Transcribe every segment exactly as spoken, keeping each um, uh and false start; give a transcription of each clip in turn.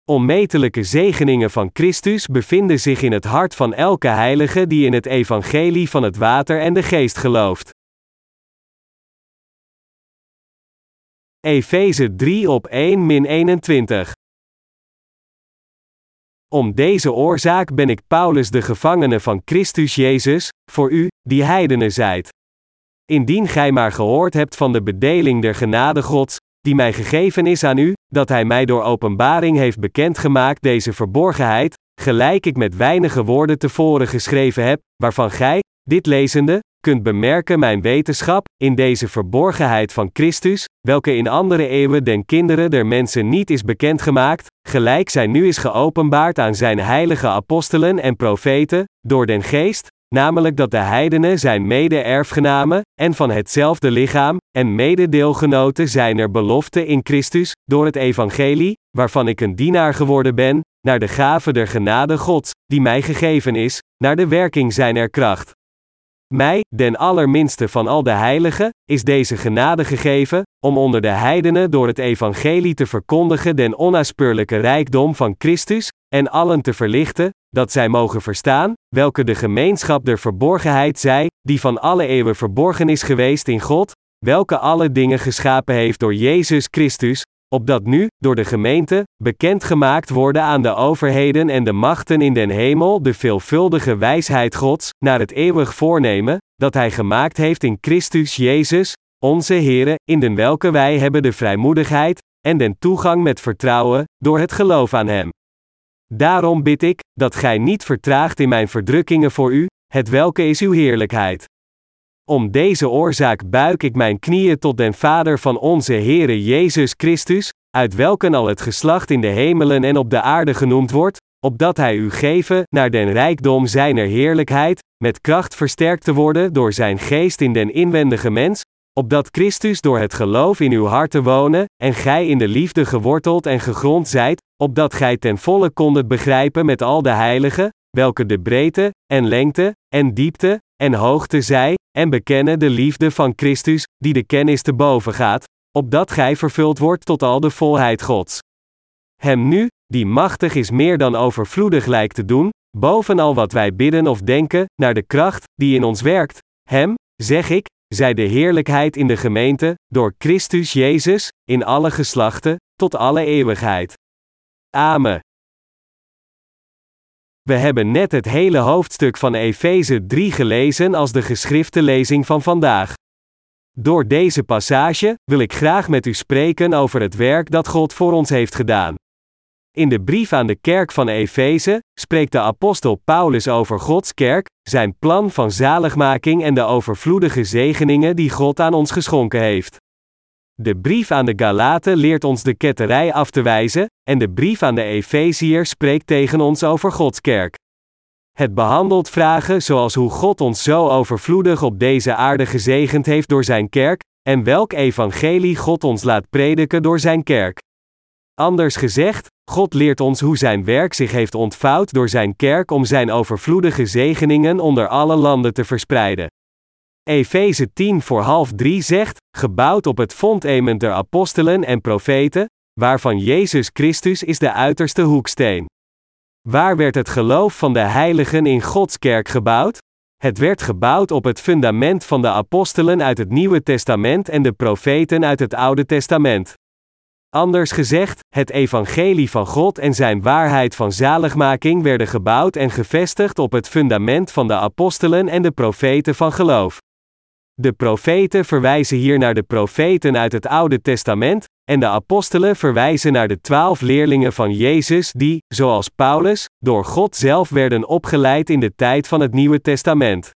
Onmetelijke zegeningen van Christus bevinden zich in het hart van elke heilige die in het evangelie van het water en de geest gelooft. Efeze drie op één eenentwintig. Om deze oorzaak ben ik Paulus de gevangene van Christus Jezus, voor u, die heidenen zijt. Indien gij maar gehoord hebt van de bedeling der genade Gods, die mij gegeven is aan u, dat hij mij door openbaring heeft bekendgemaakt deze verborgenheid, gelijk ik met weinige woorden tevoren geschreven heb, waarvan gij, dit lezende, kunt bemerken mijn wetenschap, in deze verborgenheid van Christus, welke in andere eeuwen den kinderen der mensen niet is bekendgemaakt, gelijk zij nu is geopenbaard aan zijn heilige apostelen en profeten, door den geest, namelijk dat de heidenen zijn mede-erfgenamen, en van hetzelfde lichaam, en mededeelgenoten zijn er belofte in Christus, door het evangelie, waarvan ik een dienaar geworden ben, naar de gave der genade Gods, die mij gegeven is, naar de werking zijner kracht. Mij, den allerminste van al de heiligen, is deze genade gegeven, om onder de heidenen door het evangelie te verkondigen den onnaspeurlijke rijkdom van Christus, en allen te verlichten, dat zij mogen verstaan, welke de gemeenschap der verborgenheid zij, die van alle eeuwen verborgen is geweest in God, welke alle dingen geschapen heeft door Jezus Christus, opdat nu, door de gemeente, bekendgemaakt worden aan de overheden en de machten in den hemel de veelvuldige wijsheid Gods, naar het eeuwig voornemen, dat Hij gemaakt heeft in Christus Jezus, onze Heere, in den welke wij hebben de vrijmoedigheid, en den toegang met vertrouwen, door het geloof aan Hem. Daarom bid ik, dat gij niet vertraagt in mijn verdrukkingen voor u, hetwelke is uw heerlijkheid. Om deze oorzaak buig ik mijn knieën tot den Vader van onze Heere Jezus Christus, uit welken al het geslacht in de hemelen en op de aarde genoemd wordt, opdat Hij u geven, naar den rijkdom zijner heerlijkheid, met kracht versterkt te worden door zijn geest in den inwendige mens, opdat Christus door het geloof in uw harten wonen, en gij in de liefde geworteld en gegrond zijt, opdat gij ten volle kondet begrijpen met al de heiligen, welke de breedte, en lengte, en diepte, en hoogte zij, en bekennen de liefde van Christus, die de kennis te boven gaat, opdat gij vervuld wordt tot al de volheid Gods. Hem nu, die machtig is meer dan overvloedig lijkt te doen, bovenal wat wij bidden of denken, naar de kracht, die in ons werkt, hem, zeg ik, zij de heerlijkheid in de gemeente, door Christus Jezus, in alle geslachten, tot alle eeuwigheid. Amen. We hebben net het hele hoofdstuk van Efeze drie gelezen als de geschrifte lezing van vandaag. Door deze passage wil ik graag met u spreken over het werk dat God voor ons heeft gedaan. In de brief aan de kerk van Efeze spreekt de apostel Paulus over Gods kerk, zijn plan van zaligmaking en de overvloedige zegeningen die God aan ons geschonken heeft. De brief aan de Galaten leert ons de ketterij af te wijzen, en de brief aan de Efeziërs spreekt tegen ons over Gods kerk. Het behandelt vragen zoals hoe God ons zo overvloedig op deze aarde gezegend heeft door zijn kerk, en welk evangelie God ons laat prediken door zijn kerk. Anders gezegd, God leert ons hoe zijn werk zich heeft ontvouwd door zijn kerk om zijn overvloedige zegeningen onder alle landen te verspreiden. Efeze tien voor half drie zegt, gebouwd op het fundament der apostelen en profeten, waarvan Jezus Christus is de uiterste hoeksteen. Waar werd het geloof van de heiligen in Gods kerk gebouwd? Het werd gebouwd op het fundament van de apostelen uit het Nieuwe Testament en de profeten uit het Oude Testament. Anders gezegd, het evangelie van God en zijn waarheid van zaligmaking werden gebouwd en gevestigd op het fundament van de apostelen en de profeten van geloof. De profeten verwijzen hier naar de profeten uit het Oude Testament, en de apostelen verwijzen naar de twaalf leerlingen van Jezus die, zoals Paulus, door God zelf werden opgeleid in de tijd van het Nieuwe Testament.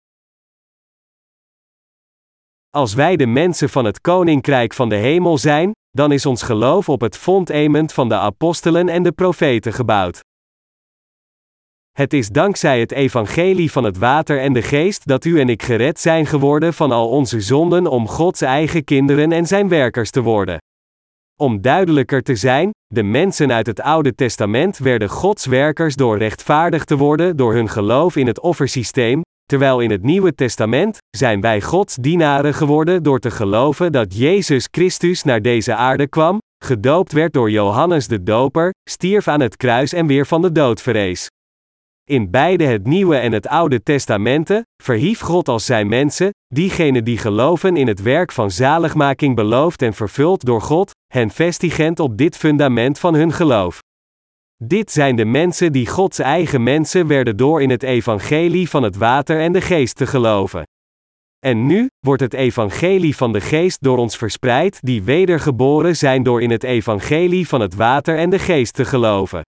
Als wij de mensen van het Koninkrijk van de Hemel zijn, dan is ons geloof op het fundament van de apostelen en de profeten gebouwd. Het is dankzij het evangelie van het water en de geest dat u en ik gered zijn geworden van al onze zonden om Gods eigen kinderen en zijn werkers te worden. Om duidelijker te zijn, de mensen uit het Oude Testament werden Gods werkers door rechtvaardig te worden door hun geloof in het offersysteem, terwijl in het Nieuwe Testament zijn wij Gods dienaren geworden door te geloven dat Jezus Christus naar deze aarde kwam, gedoopt werd door Johannes de Doper, stierf aan het kruis en weer van de dood verrees. In beide het Nieuwe en het Oude Testamenten verhief God als zijn mensen, diegenen die geloven in het werk van zaligmaking beloofd en vervuld door God, hen vestigend op dit fundament van hun geloof. Dit zijn de mensen die Gods eigen mensen werden door in het evangelie van het water en de geest te geloven. En nu wordt het evangelie van de geest door ons verspreid, die wedergeboren zijn door in het evangelie van het water en de geest te geloven.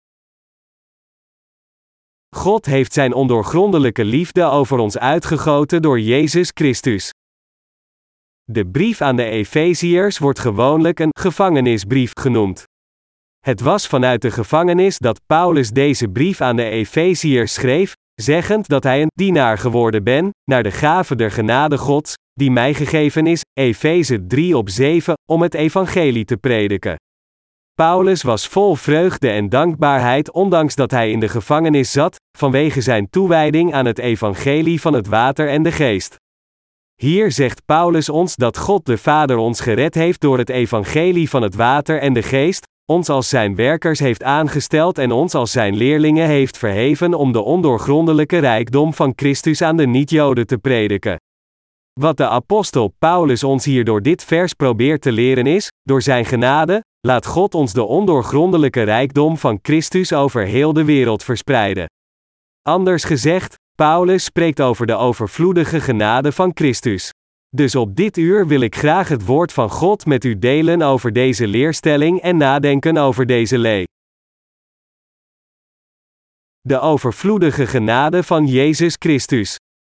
God heeft zijn ondoorgrondelijke liefde over ons uitgegoten door Jezus Christus. De brief aan de Efeziërs wordt gewoonlijk een gevangenisbrief genoemd. Het was vanuit de gevangenis dat Paulus deze brief aan de Efeziërs schreef, zeggend dat hij een dienaar geworden ben, naar de gave der genade Gods, die mij gegeven is, Efeze drie op zeven, om het evangelie te prediken. Paulus was vol vreugde en dankbaarheid ondanks dat hij in de gevangenis zat, vanwege zijn toewijding aan het evangelie van het water en de geest. Hier zegt Paulus ons dat God de Vader ons gered heeft door het evangelie van het water en de geest, ons als zijn werkers heeft aangesteld en ons als zijn leerlingen heeft verheven om de ondoorgrondelijke rijkdom van Christus aan de niet-Joden te prediken. Wat de apostel Paulus ons hier door dit vers probeert te leren is, door zijn genade, laat God ons de ondoorgrondelijke rijkdom van Christus over heel de wereld verspreiden. Anders gezegd, Paulus spreekt over de overvloedige genade van Christus. Dus op dit uur wil ik graag het woord van God met u delen over deze leerstelling en nadenken over deze leer. De overvloedige genade van Jezus Christus.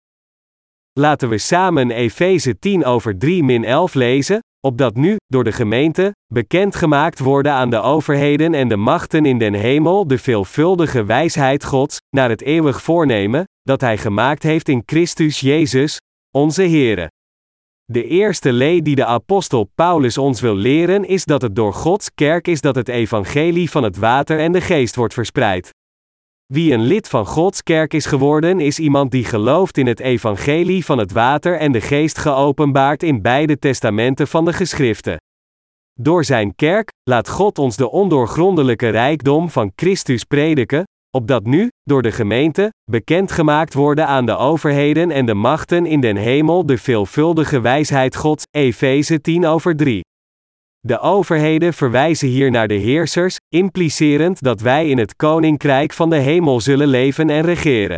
Laten we samen Efeze tien over drie elf lezen, opdat nu, door de gemeente, bekendgemaakt worden aan de overheden en de machten in den hemel de veelvuldige wijsheid Gods, naar het eeuwig voornemen, dat Hij gemaakt heeft in Christus Jezus, onze Heere. De eerste leer die de apostel Paulus ons wil leren is dat het door Gods kerk is dat het evangelie van het water en de geest wordt verspreid. Wie een lid van Gods kerk is geworden is iemand die gelooft in het evangelie van het water en de geest geopenbaard in beide testamenten van de geschriften. Door zijn kerk, laat God ons de ondoorgrondelijke rijkdom van Christus prediken, opdat nu, door de gemeente, bekendgemaakt worden aan de overheden en de machten in den hemel de veelvuldige wijsheid Gods, Efeze tien over drie. De overheden verwijzen hier naar de heersers, implicerend dat wij in het koninkrijk van de hemel zullen leven en regeren.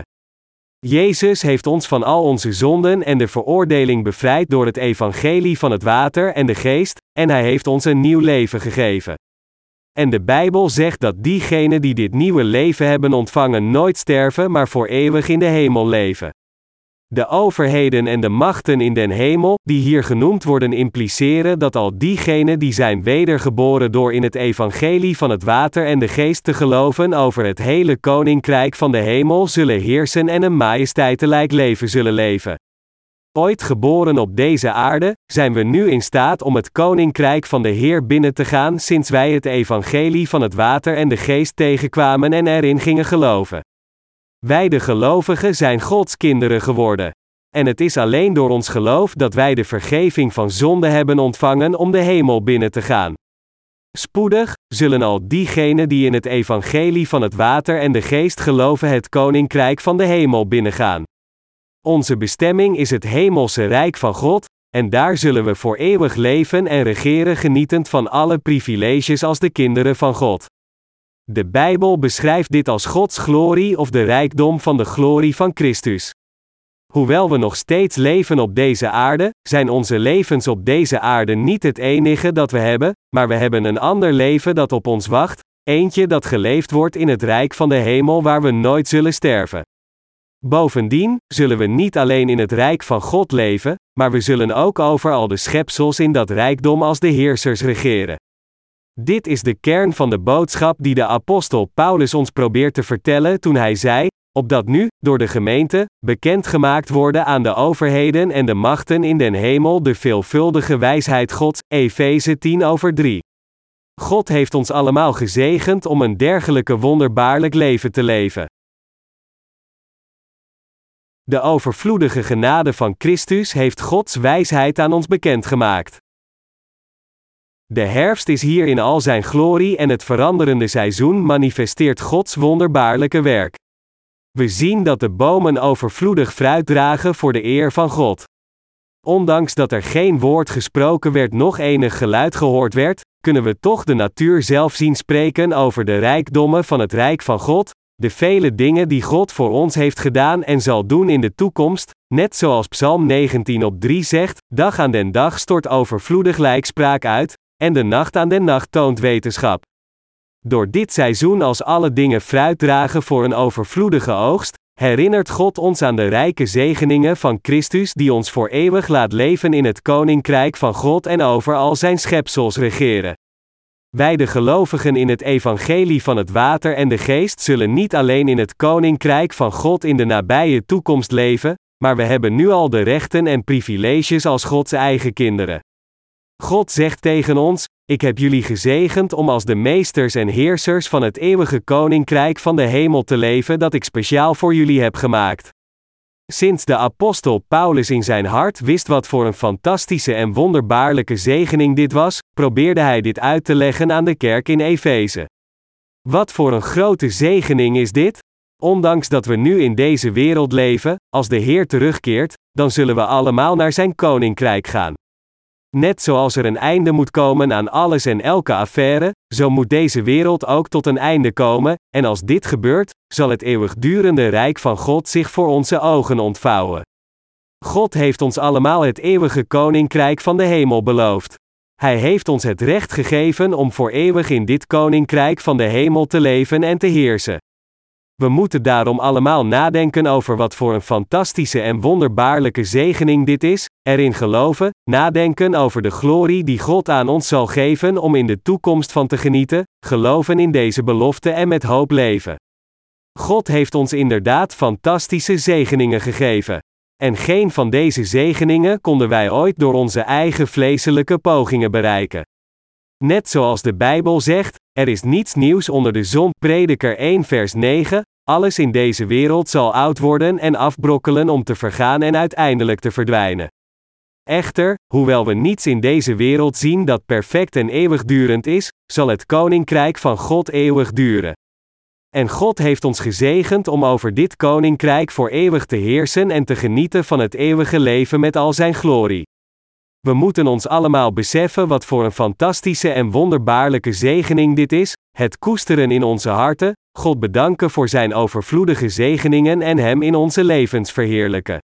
Jezus heeft ons van al onze zonden en de veroordeling bevrijd door het evangelie van het water en de geest, en Hij heeft ons een nieuw leven gegeven. En de Bijbel zegt dat diegenen die dit nieuwe leven hebben ontvangen nooit sterven maar voor eeuwig in de hemel leven. De overheden en de machten in den hemel, die hier genoemd worden, impliceren dat al diegenen die zijn wedergeboren door in het evangelie van het water en de geest te geloven over het hele koninkrijk van de hemel zullen heersen en een majesteitelijk leven zullen leven. Ooit geboren op deze aarde, zijn we nu in staat om het koninkrijk van de Heer binnen te gaan sinds wij het evangelie van het water en de geest tegenkwamen en erin gingen geloven. Wij de gelovigen zijn Gods kinderen geworden. En het is alleen door ons geloof dat wij de vergeving van zonde hebben ontvangen om de hemel binnen te gaan. Spoedig zullen al diegenen die in het evangelie van het water en de geest geloven het koninkrijk van de hemel binnengaan. Onze bestemming is het hemelse rijk van God, en daar zullen we voor eeuwig leven en regeren genietend van alle privileges als de kinderen van God. De Bijbel beschrijft dit als Gods glorie of de rijkdom van de glorie van Christus. Hoewel we nog steeds leven op deze aarde, zijn onze levens op deze aarde niet het enige dat we hebben, maar we hebben een ander leven dat op ons wacht, eentje dat geleefd wordt in het rijk van de hemel waar we nooit zullen sterven. Bovendien zullen we niet alleen in het rijk van God leven, maar we zullen ook over al de schepsels in dat rijkdom als de heersers regeren. Dit is de kern van de boodschap die de apostel Paulus ons probeert te vertellen toen hij zei, opdat nu, door de gemeente, bekendgemaakt worden aan de overheden en de machten in den hemel de veelvuldige wijsheid Gods, Efeze tien over drie. God heeft ons allemaal gezegend om een dergelijke wonderbaarlijk leven te leven. De overvloedige genade van Christus heeft Gods wijsheid aan ons bekendgemaakt. De herfst is hier in al zijn glorie en het veranderende seizoen manifesteert Gods wonderbaarlijke werk. We zien dat de bomen overvloedig fruit dragen voor de eer van God. Ondanks dat er geen woord gesproken werd, noch enig geluid gehoord werd, kunnen we toch de natuur zelf zien spreken over de rijkdommen van het rijk van God, de vele dingen die God voor ons heeft gedaan en zal doen in de toekomst, net zoals Psalm negentien op drie zegt, dag aan den dag stort overvloedig lijkspraak uit, en de nacht aan den nacht toont wetenschap. Door dit seizoen als alle dingen fruit dragen voor een overvloedige oogst, herinnert God ons aan de rijke zegeningen van Christus die ons voor eeuwig laat leven in het koninkrijk van God en over al zijn schepsels regeren. Wij de gelovigen in het evangelie van het water en de geest zullen niet alleen in het koninkrijk van God in de nabije toekomst leven, maar we hebben nu al de rechten en privileges als Gods eigen kinderen. God zegt tegen ons, ik heb jullie gezegend om als de meesters en heersers van het eeuwige koninkrijk van de hemel te leven dat ik speciaal voor jullie heb gemaakt. Sinds de apostel Paulus in zijn hart wist wat voor een fantastische en wonderbaarlijke zegening dit was, probeerde hij dit uit te leggen aan de kerk in Efeze. Wat voor een grote zegening is dit? Ondanks dat we nu in deze wereld leven, als de Heer terugkeert, dan zullen we allemaal naar zijn koninkrijk gaan. Net zoals er een einde moet komen aan alles en elke affaire, zo moet deze wereld ook tot een einde komen, en als dit gebeurt, zal het eeuwigdurende rijk van God zich voor onze ogen ontvouwen. God heeft ons allemaal het eeuwige koninkrijk van de hemel beloofd. Hij heeft ons het recht gegeven om voor eeuwig in dit koninkrijk van de hemel te leven en te heersen. We moeten daarom allemaal nadenken over wat voor een fantastische en wonderbaarlijke zegening dit is, erin geloven, nadenken over de glorie die God aan ons zal geven om in de toekomst van te genieten, geloven in deze belofte en met hoop leven. God heeft ons inderdaad fantastische zegeningen gegeven. En geen van deze zegeningen konden wij ooit door onze eigen vleeselijke pogingen bereiken. Net zoals de Bijbel zegt, er is niets nieuws onder de zon, Prediker één vers negen, alles in deze wereld zal oud worden en afbrokkelen om te vergaan en uiteindelijk te verdwijnen. Echter, hoewel we niets in deze wereld zien dat perfect en eeuwigdurend is, zal het koninkrijk van God eeuwig duren. En God heeft ons gezegend om over dit koninkrijk voor eeuwig te heersen en te genieten van het eeuwige leven met al zijn glorie. We moeten ons allemaal beseffen wat voor een fantastische en wonderbaarlijke zegening dit is, het koesteren in onze harten, God bedanken voor zijn overvloedige zegeningen en hem in onze levens verheerlijken.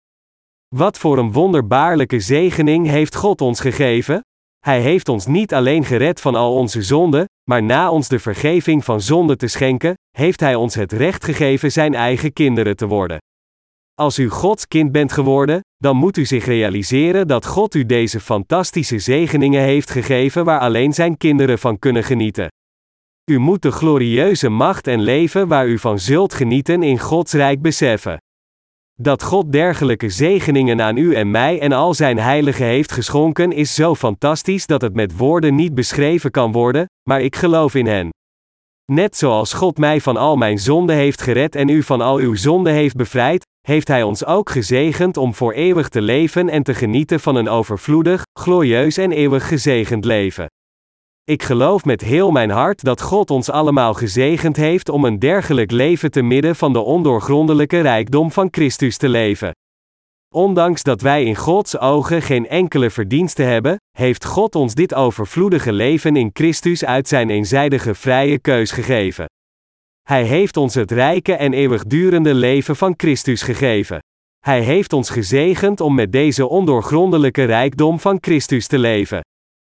Wat voor een wonderbaarlijke zegening heeft God ons gegeven? Hij heeft ons niet alleen gered van al onze zonden, maar na ons de vergeving van zonde te schenken, heeft hij ons het recht gegeven zijn eigen kinderen te worden. Als u Gods kind bent geworden, dan moet u zich realiseren dat God u deze fantastische zegeningen heeft gegeven waar alleen zijn kinderen van kunnen genieten. U moet de glorieuze macht en leven waar u van zult genieten in Gods rijk beseffen. Dat God dergelijke zegeningen aan u en mij en al zijn heiligen heeft geschonken is zo fantastisch dat het met woorden niet beschreven kan worden, maar ik geloof in hen. Net zoals God mij van al mijn zonden heeft gered en u van al uw zonden heeft bevrijd, heeft hij ons ook gezegend om voor eeuwig te leven en te genieten van een overvloedig, glorieus en eeuwig gezegend leven. Ik geloof met heel mijn hart dat God ons allemaal gezegend heeft om een dergelijk leven te midden van de ondoorgrondelijke rijkdom van Christus te leven. Ondanks dat wij in Gods ogen geen enkele verdienste hebben, heeft God ons dit overvloedige leven in Christus uit zijn eenzijdige vrije keus gegeven. Hij heeft ons het rijke en eeuwigdurende leven van Christus gegeven. Hij heeft ons gezegend om met deze ondoorgrondelijke rijkdom van Christus te leven.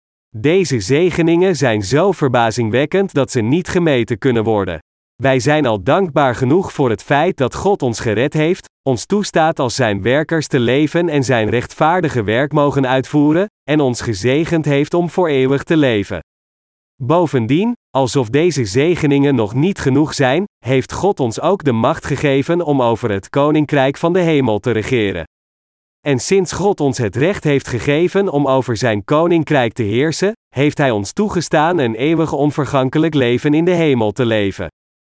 Deze zegeningen zijn zo verbazingwekkend dat ze niet gemeten kunnen worden. Wij zijn al dankbaar genoeg voor het feit dat God ons gered heeft, ons toestaat als zijn werkers te leven en zijn rechtvaardige werk mogen uitvoeren, en ons gezegend heeft om voor eeuwig te leven. Bovendien, alsof deze zegeningen nog niet genoeg zijn, heeft God ons ook de macht gegeven om over het koninkrijk van de hemel te regeren. En sinds God ons het recht heeft gegeven om over zijn koninkrijk te heersen, heeft hij ons toegestaan een eeuwig onvergankelijk leven in de hemel te leven.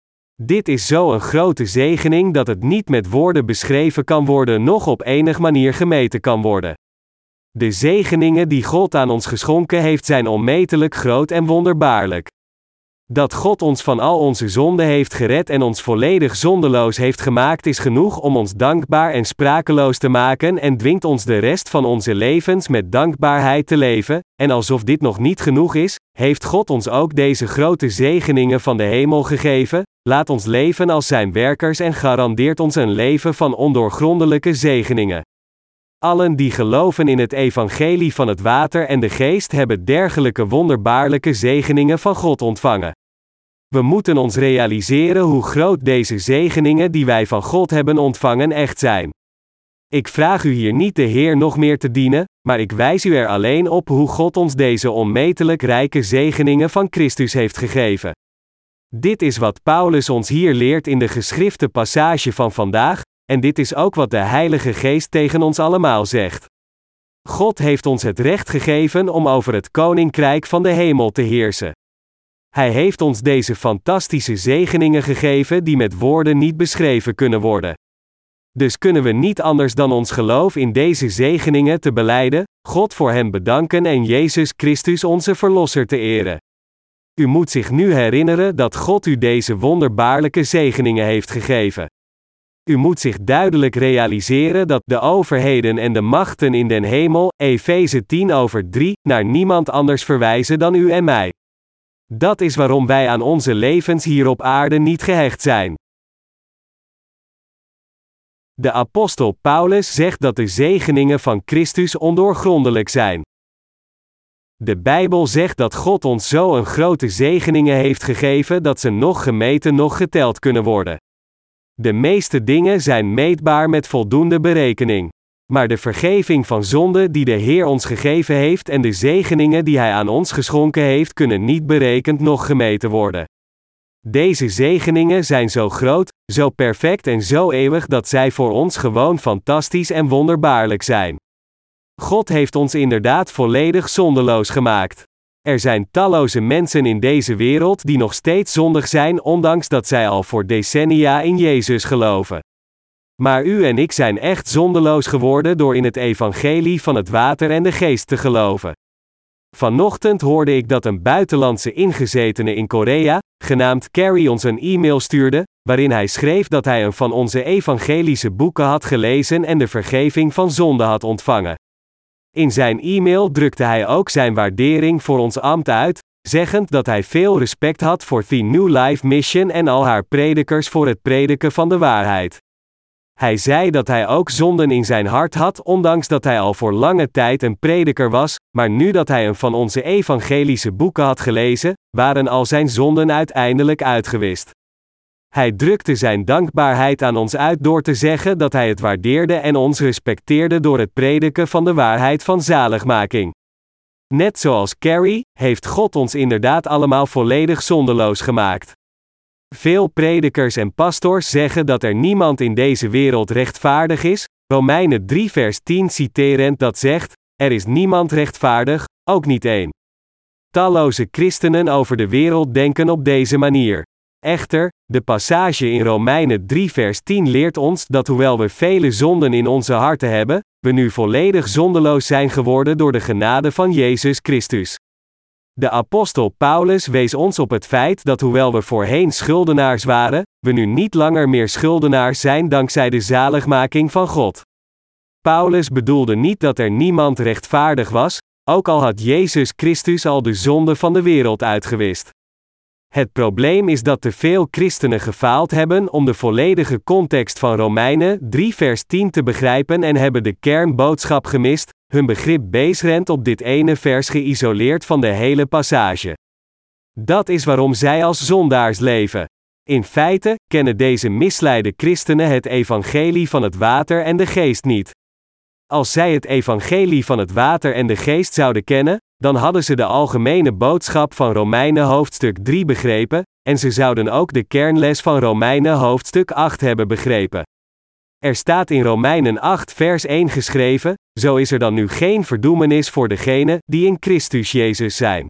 Dit is zo een grote zegening dat het niet met woorden beschreven kan worden noch op enig manier gemeten kan worden. De zegeningen die God aan ons geschonken heeft zijn onmetelijk groot en wonderbaarlijk. Dat God ons van al onze zonden heeft gered en ons volledig zondeloos heeft gemaakt is genoeg om ons dankbaar en sprakeloos te maken en dwingt ons de rest van onze levens met dankbaarheid te leven, en alsof dit nog niet genoeg is, heeft God ons ook deze grote zegeningen van de hemel gegeven, laat ons leven als zijn werkers en garandeert ons een leven van ondoorgrondelijke zegeningen. Allen die geloven in het evangelie van het water en de geest hebben dergelijke wonderbaarlijke zegeningen van God ontvangen. We moeten ons realiseren hoe groot deze zegeningen die wij van God hebben ontvangen echt zijn. Ik vraag u hier niet de Heer nog meer te dienen, maar ik wijs u er alleen op hoe God ons deze onmetelijk rijke zegeningen van Christus heeft gegeven. Dit is wat Paulus ons hier leert in de geschrifte passage van vandaag, en dit is ook wat de Heilige Geest tegen ons allemaal zegt. God heeft ons het recht gegeven om over het koninkrijk van de hemel te heersen. Hij heeft ons deze fantastische zegeningen gegeven die met woorden niet beschreven kunnen worden. Dus kunnen we niet anders dan ons geloof in deze zegeningen te belijden, God voor hen bedanken en Jezus Christus onze Verlosser te eren. U moet zich nu herinneren dat God u deze wonderbaarlijke zegeningen heeft gegeven. U moet zich duidelijk realiseren dat de overheden en de machten in den hemel, Efeze tien over drie, naar niemand anders verwijzen dan u en mij. Dat is waarom wij aan onze levens hier op aarde niet gehecht zijn. De apostel Paulus zegt dat de zegeningen van Christus ondoorgrondelijk zijn. De Bijbel zegt dat God ons zo een grote zegeningen heeft gegeven dat ze nog gemeten nog geteld kunnen worden. De meeste dingen zijn meetbaar met voldoende berekening. Maar de vergeving van zonde die de Heer ons gegeven heeft en de zegeningen die Hij aan ons geschonken heeft kunnen niet berekend noch gemeten worden. Deze zegeningen zijn zo groot, zo perfect en zo eeuwig dat zij voor ons gewoon fantastisch en wonderbaarlijk zijn. God heeft ons inderdaad volledig zondeloos gemaakt. Er zijn talloze mensen in deze wereld die nog steeds zondig zijn ondanks dat zij al voor decennia in Jezus geloven. Maar u en ik zijn echt zondeloos geworden door in het evangelie van het water en de geest te geloven. Vanochtend hoorde ik dat een buitenlandse ingezetene in Korea, genaamd Carrie, ons een e-mail stuurde, waarin hij schreef dat hij een van onze evangelische boeken had gelezen en de vergeving van zonde had ontvangen. In zijn e-mail drukte hij ook zijn waardering voor ons ambt uit, zeggend dat hij veel respect had voor The New Life Mission en al haar predikers voor het prediken van de waarheid. Hij zei dat hij ook zonden in zijn hart had, ondanks dat hij al voor lange tijd een prediker was, maar nu dat hij een van onze evangelische boeken had gelezen, waren al zijn zonden uiteindelijk uitgewist. Hij drukte zijn dankbaarheid aan ons uit door te zeggen dat hij het waardeerde en ons respecteerde door het prediken van de waarheid van zaligmaking. Net zoals Carrie, heeft God ons inderdaad allemaal volledig zondeloos gemaakt. Veel predikers en pastors zeggen dat er niemand in deze wereld rechtvaardig is, Romeinen drie vers tien citerend dat zegt, er is niemand rechtvaardig, ook niet één. Talloze christenen over de wereld denken op deze manier. Echter, de passage in Romeinen drie vers tien leert ons dat hoewel we vele zonden in onze harten hebben, we nu volledig zondeloos zijn geworden door de genade van Jezus Christus. De apostel Paulus wees ons op het feit dat hoewel we voorheen schuldenaars waren, we nu niet langer meer schuldenaars zijn dankzij de zaligmaking van God. Paulus bedoelde niet dat er niemand rechtvaardig was, ook al had Jezus Christus al de zonde van de wereld uitgewist. Het probleem is dat te veel christenen gefaald hebben om de volledige context van Romeinen drie vers tien te begrijpen en hebben de kernboodschap gemist, hun begrip baserend op dit ene vers geïsoleerd van de hele passage. Dat is waarom zij als zondaars leven. In feite, kennen deze misleide christenen het evangelie van het water en de geest niet. Als zij het evangelie van het water en de geest zouden kennen, dan hadden ze de algemene boodschap van Romeinen hoofdstuk drie begrepen, en ze zouden ook de kernles van Romeinen hoofdstuk acht hebben begrepen. Er staat in Romeinen acht vers één geschreven, zo is er dan nu geen verdoemenis voor degenen die in Christus Jezus zijn.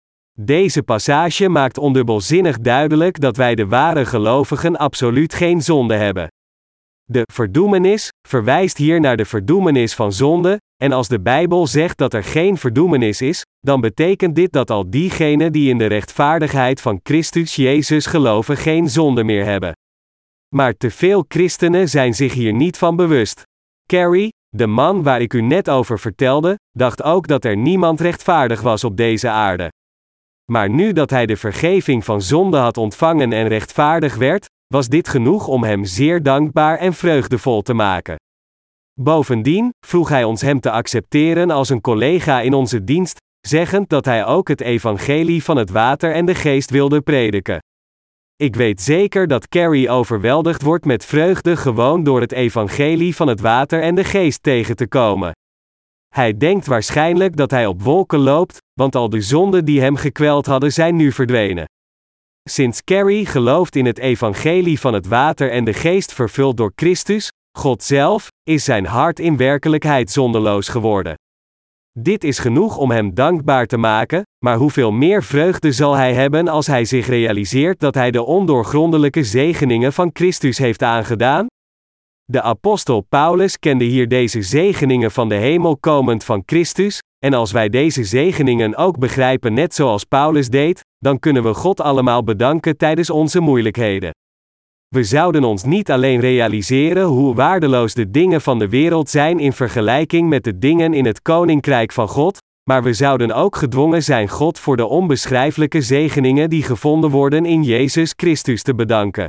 Deze passage maakt ondubbelzinnig duidelijk dat wij de ware gelovigen absoluut geen zonde hebben. De verdoemenis verwijst hier naar de verdoemenis van zonde, en als de Bijbel zegt dat er geen verdoemenis is, dan betekent dit dat al diegenen die in de rechtvaardigheid van Christus Jezus geloven geen zonde meer hebben. Maar te veel christenen zijn zich hier niet van bewust. Carrie, de man waar ik u net over vertelde, dacht ook dat er niemand rechtvaardig was op deze aarde. Maar nu dat hij de vergeving van zonde had ontvangen en rechtvaardig werd, was dit genoeg om hem zeer dankbaar en vreugdevol te maken. Bovendien vroeg hij ons hem te accepteren als een collega in onze dienst, zeggend dat hij ook het evangelie van het water en de geest wilde prediken. Ik weet zeker dat Carrie overweldigd wordt met vreugde gewoon door het evangelie van het water en de geest tegen te komen. Hij denkt waarschijnlijk dat hij op wolken loopt, want al de zonden die hem gekweld hadden zijn nu verdwenen. Sinds Carrie gelooft in het evangelie van het water en de geest vervuld door Christus, God zelf, is zijn hart in werkelijkheid zondeloos geworden. Dit is genoeg om hem dankbaar te maken, maar hoeveel meer vreugde zal hij hebben als hij zich realiseert dat hij de ondoorgrondelijke zegeningen van Christus heeft aangedaan? De apostel Paulus kende hier deze zegeningen van de hemel komend van Christus, en als wij deze zegeningen ook begrijpen net zoals Paulus deed, dan kunnen we God allemaal bedanken tijdens onze moeilijkheden. We zouden ons niet alleen realiseren hoe waardeloos de dingen van de wereld zijn in vergelijking met de dingen in het koninkrijk van God, maar we zouden ook gedwongen zijn God voor de onbeschrijfelijke zegeningen die gevonden worden in Jezus Christus te bedanken.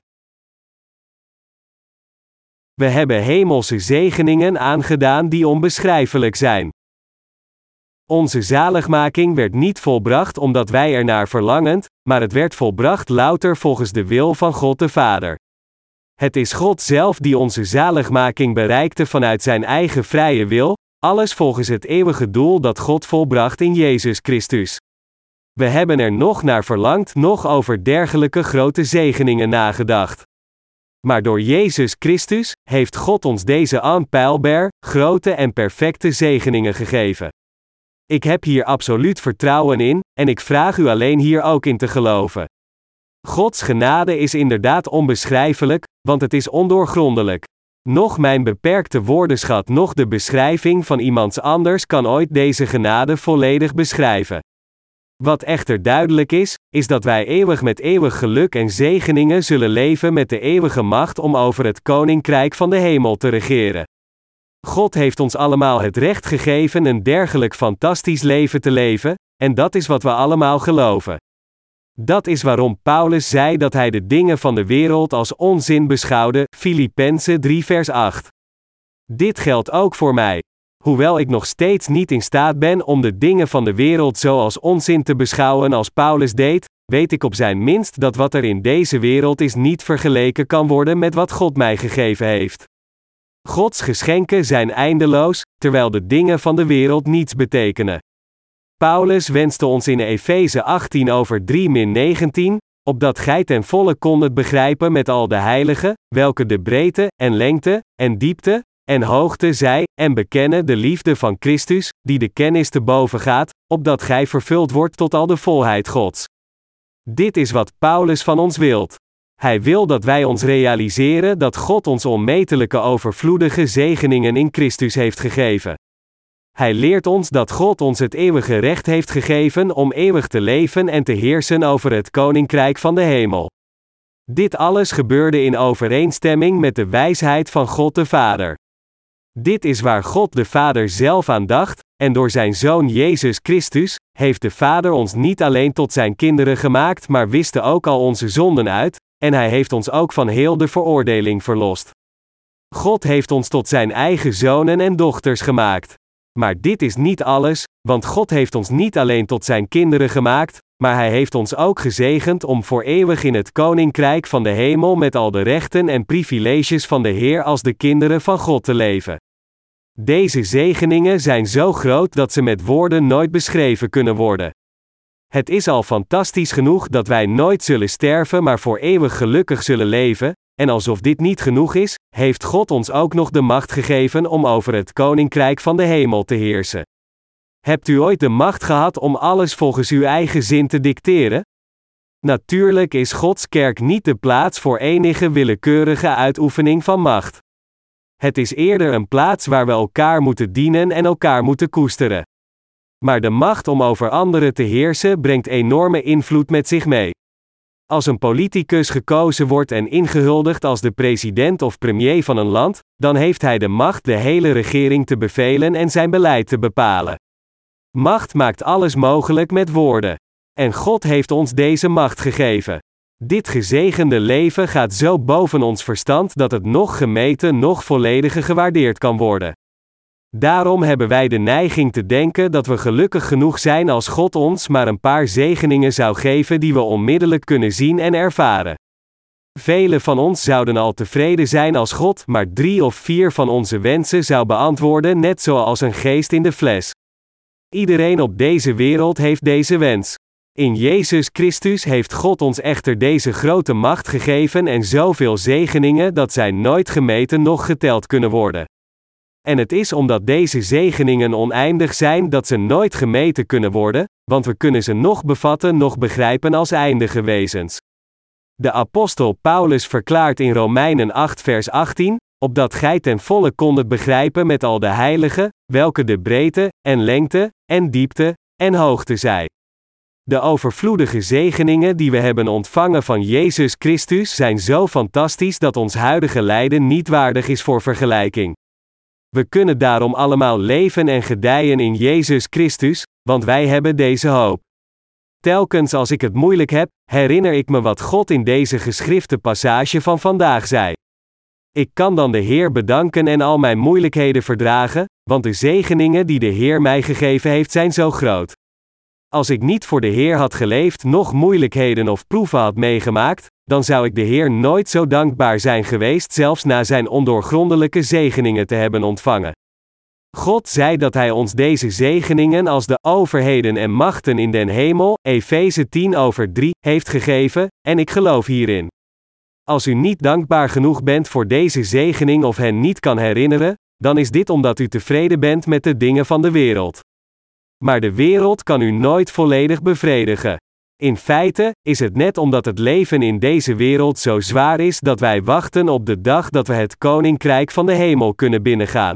We hebben hemelse zegeningen aangedaan die onbeschrijfelijk zijn. Onze zaligmaking werd niet volbracht omdat wij ernaar verlangend, maar het werd volbracht louter volgens de wil van God de Vader. Het is God zelf die onze zaligmaking bereikte vanuit zijn eigen vrije wil, alles volgens het eeuwige doel dat God volbracht in Jezus Christus. We hebben er nog naar verlangd, nog over dergelijke grote zegeningen nagedacht. Maar door Jezus Christus heeft God ons deze onpeilbaar, grote en perfecte zegeningen gegeven. Ik heb hier absoluut vertrouwen in, en ik vraag u alleen hier ook in te geloven. Gods genade is inderdaad onbeschrijfelijk, want het is ondoorgrondelijk. Noch mijn beperkte woordenschat noch de beschrijving van iemands anders kan ooit deze genade volledig beschrijven. Wat echter duidelijk is, is dat wij eeuwig met eeuwig geluk en zegeningen zullen leven met de eeuwige macht om over het koninkrijk van de hemel te regeren. God heeft ons allemaal het recht gegeven een dergelijk fantastisch leven te leven, en dat is wat we allemaal geloven. Dat is waarom Paulus zei dat hij de dingen van de wereld als onzin beschouwde, Filippenzen drie vers acht. Dit geldt ook voor mij. Hoewel ik nog steeds niet in staat ben om de dingen van de wereld zo als onzin te beschouwen als Paulus deed, weet ik op zijn minst dat wat er in deze wereld is niet vergeleken kan worden met wat God mij gegeven heeft. Gods geschenken zijn eindeloos, terwijl de dingen van de wereld niets betekenen. Paulus wenste ons in Efeze achttien over drie negentien, opdat gij ten volle kondet begrijpen met al de heiligen, welke de breedte, en lengte, en diepte, en hoogte zij, en bekennen de liefde van Christus, die de kennis te boven gaat, opdat gij vervuld wordt tot al de volheid Gods. Dit is wat Paulus van ons wilt. Hij wil dat wij ons realiseren dat God ons onmetelijke overvloedige zegeningen in Christus heeft gegeven. Hij leert ons dat God ons het eeuwige recht heeft gegeven om eeuwig te leven en te heersen over het koninkrijk van de hemel. Dit alles gebeurde in overeenstemming met de wijsheid van God de Vader. Dit is waar God de Vader zelf aan dacht, en door zijn Zoon Jezus Christus, heeft de Vader ons niet alleen tot zijn kinderen gemaakt maar wiste ook al onze zonden uit, en hij heeft ons ook van heel de veroordeling verlost. God heeft ons tot zijn eigen zonen en dochters gemaakt. Maar dit is niet alles, want God heeft ons niet alleen tot zijn kinderen gemaakt, maar hij heeft ons ook gezegend om voor eeuwig in het koninkrijk van de hemel met al de rechten en privileges van de Heer als de kinderen van God te leven. Deze zegeningen zijn zo groot dat ze met woorden nooit beschreven kunnen worden. Het is al fantastisch genoeg dat wij nooit zullen sterven maar voor eeuwig gelukkig zullen leven, en alsof dit niet genoeg is, heeft God ons ook nog de macht gegeven om over het koninkrijk van de hemel te heersen. Hebt u ooit de macht gehad om alles volgens uw eigen zin te dicteren? Natuurlijk is Gods kerk niet de plaats voor enige willekeurige uitoefening van macht. Het is eerder een plaats waar we elkaar moeten dienen en elkaar moeten koesteren. Maar de macht om over anderen te heersen brengt enorme invloed met zich mee. Als een politicus gekozen wordt en ingehuldigd als de president of premier van een land, dan heeft hij de macht de hele regering te bevelen en zijn beleid te bepalen. Macht maakt alles mogelijk met woorden. En God heeft ons deze macht gegeven. Dit gezegende leven gaat zo boven ons verstand dat het nog gemeten, nog vollediger gewaardeerd kan worden. Daarom hebben wij de neiging te denken dat we gelukkig genoeg zijn als God ons maar een paar zegeningen zou geven die we onmiddellijk kunnen zien en ervaren. Velen van ons zouden al tevreden zijn als God maar drie of vier van onze wensen zou beantwoorden, net zoals een geest in de fles. Iedereen op deze wereld heeft deze wens. In Jezus Christus heeft God ons echter deze grote macht gegeven en zoveel zegeningen dat zij nooit gemeten noch geteld kunnen worden. En het is omdat deze zegeningen oneindig zijn dat ze nooit gemeten kunnen worden, want we kunnen ze noch bevatten noch begrijpen als eindige wezens. De apostel Paulus verklaart in Romeinen acht vers achttien, opdat gij ten volle kondet begrijpen met al de heiligen, welke de breedte, en lengte, en diepte, en hoogte zij. De overvloedige zegeningen die we hebben ontvangen van Jezus Christus zijn zo fantastisch dat ons huidige lijden niet waardig is voor vergelijking. We kunnen daarom allemaal leven en gedijen in Jezus Christus, want wij hebben deze hoop. Telkens als ik het moeilijk heb, herinner ik me wat God in deze geschrifte passage van vandaag zei. Ik kan dan de Heer bedanken en al mijn moeilijkheden verdragen, want de zegeningen die de Heer mij gegeven heeft zijn zo groot. Als ik niet voor de Heer had geleefd, noch moeilijkheden of proeven had meegemaakt, dan zou ik de Heer nooit zo dankbaar zijn geweest, zelfs na zijn ondoorgrondelijke zegeningen te hebben ontvangen. God zei dat Hij ons deze zegeningen als de overheden en machten in den hemel, Efeze tien over drie, heeft gegeven, en ik geloof hierin. Als u niet dankbaar genoeg bent voor deze zegening of hen niet kan herinneren, dan is dit omdat u tevreden bent met de dingen van de wereld. Maar de wereld kan u nooit volledig bevredigen. In feite is het net omdat het leven in deze wereld zo zwaar is dat wij wachten op de dag dat we het koninkrijk van de hemel kunnen binnengaan.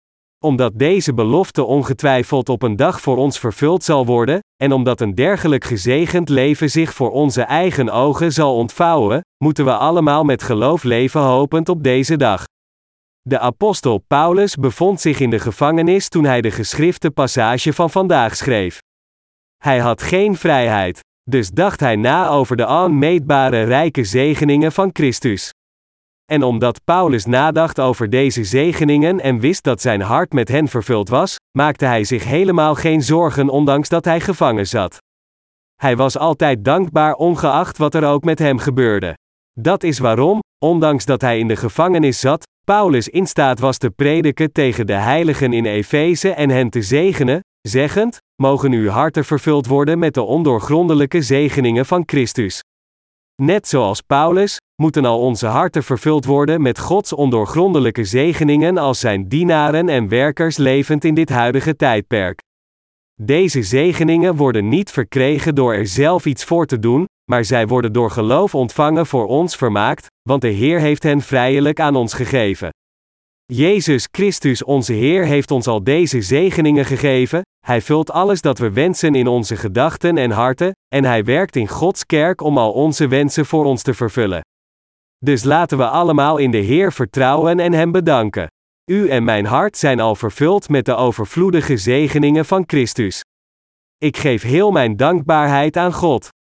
Omdat deze belofte ongetwijfeld op een dag voor ons vervuld zal worden, en omdat een dergelijk gezegend leven zich voor onze eigen ogen zal ontvouwen, moeten we allemaal met geloof leven hopend op deze dag. De apostel Paulus bevond zich in de gevangenis toen hij de geschrifte passage van vandaag schreef. Hij had geen vrijheid, dus dacht hij na over de onmeetbare rijke zegeningen van Christus. En omdat Paulus nadacht over deze zegeningen en wist dat zijn hart met hen vervuld was, maakte hij zich helemaal geen zorgen ondanks dat hij gevangen zat. Hij was altijd dankbaar ongeacht wat er ook met hem gebeurde. Dat is waarom, ondanks dat hij in de gevangenis zat, Paulus in staat was te prediken tegen de heiligen in Efeze en hen te zegenen, zeggend: mogen uw harten vervuld worden met de ondoorgrondelijke zegeningen van Christus. Net zoals Paulus, moeten al onze harten vervuld worden met Gods ondoorgrondelijke zegeningen als zijn dienaren en werkers levend in dit huidige tijdperk. Deze zegeningen worden niet verkregen door er zelf iets voor te doen, maar zij worden door geloof ontvangen voor ons vermaakt, want de Heer heeft hen vrijelijk aan ons gegeven. Jezus Christus onze Heer heeft ons al deze zegeningen gegeven, Hij vult alles dat we wensen in onze gedachten en harten, en Hij werkt in Gods kerk om al onze wensen voor ons te vervullen. Dus laten we allemaal in de Heer vertrouwen en Hem bedanken. U en mijn hart zijn al vervuld met de overvloedige zegeningen van Christus. Ik geef heel mijn dankbaarheid aan God.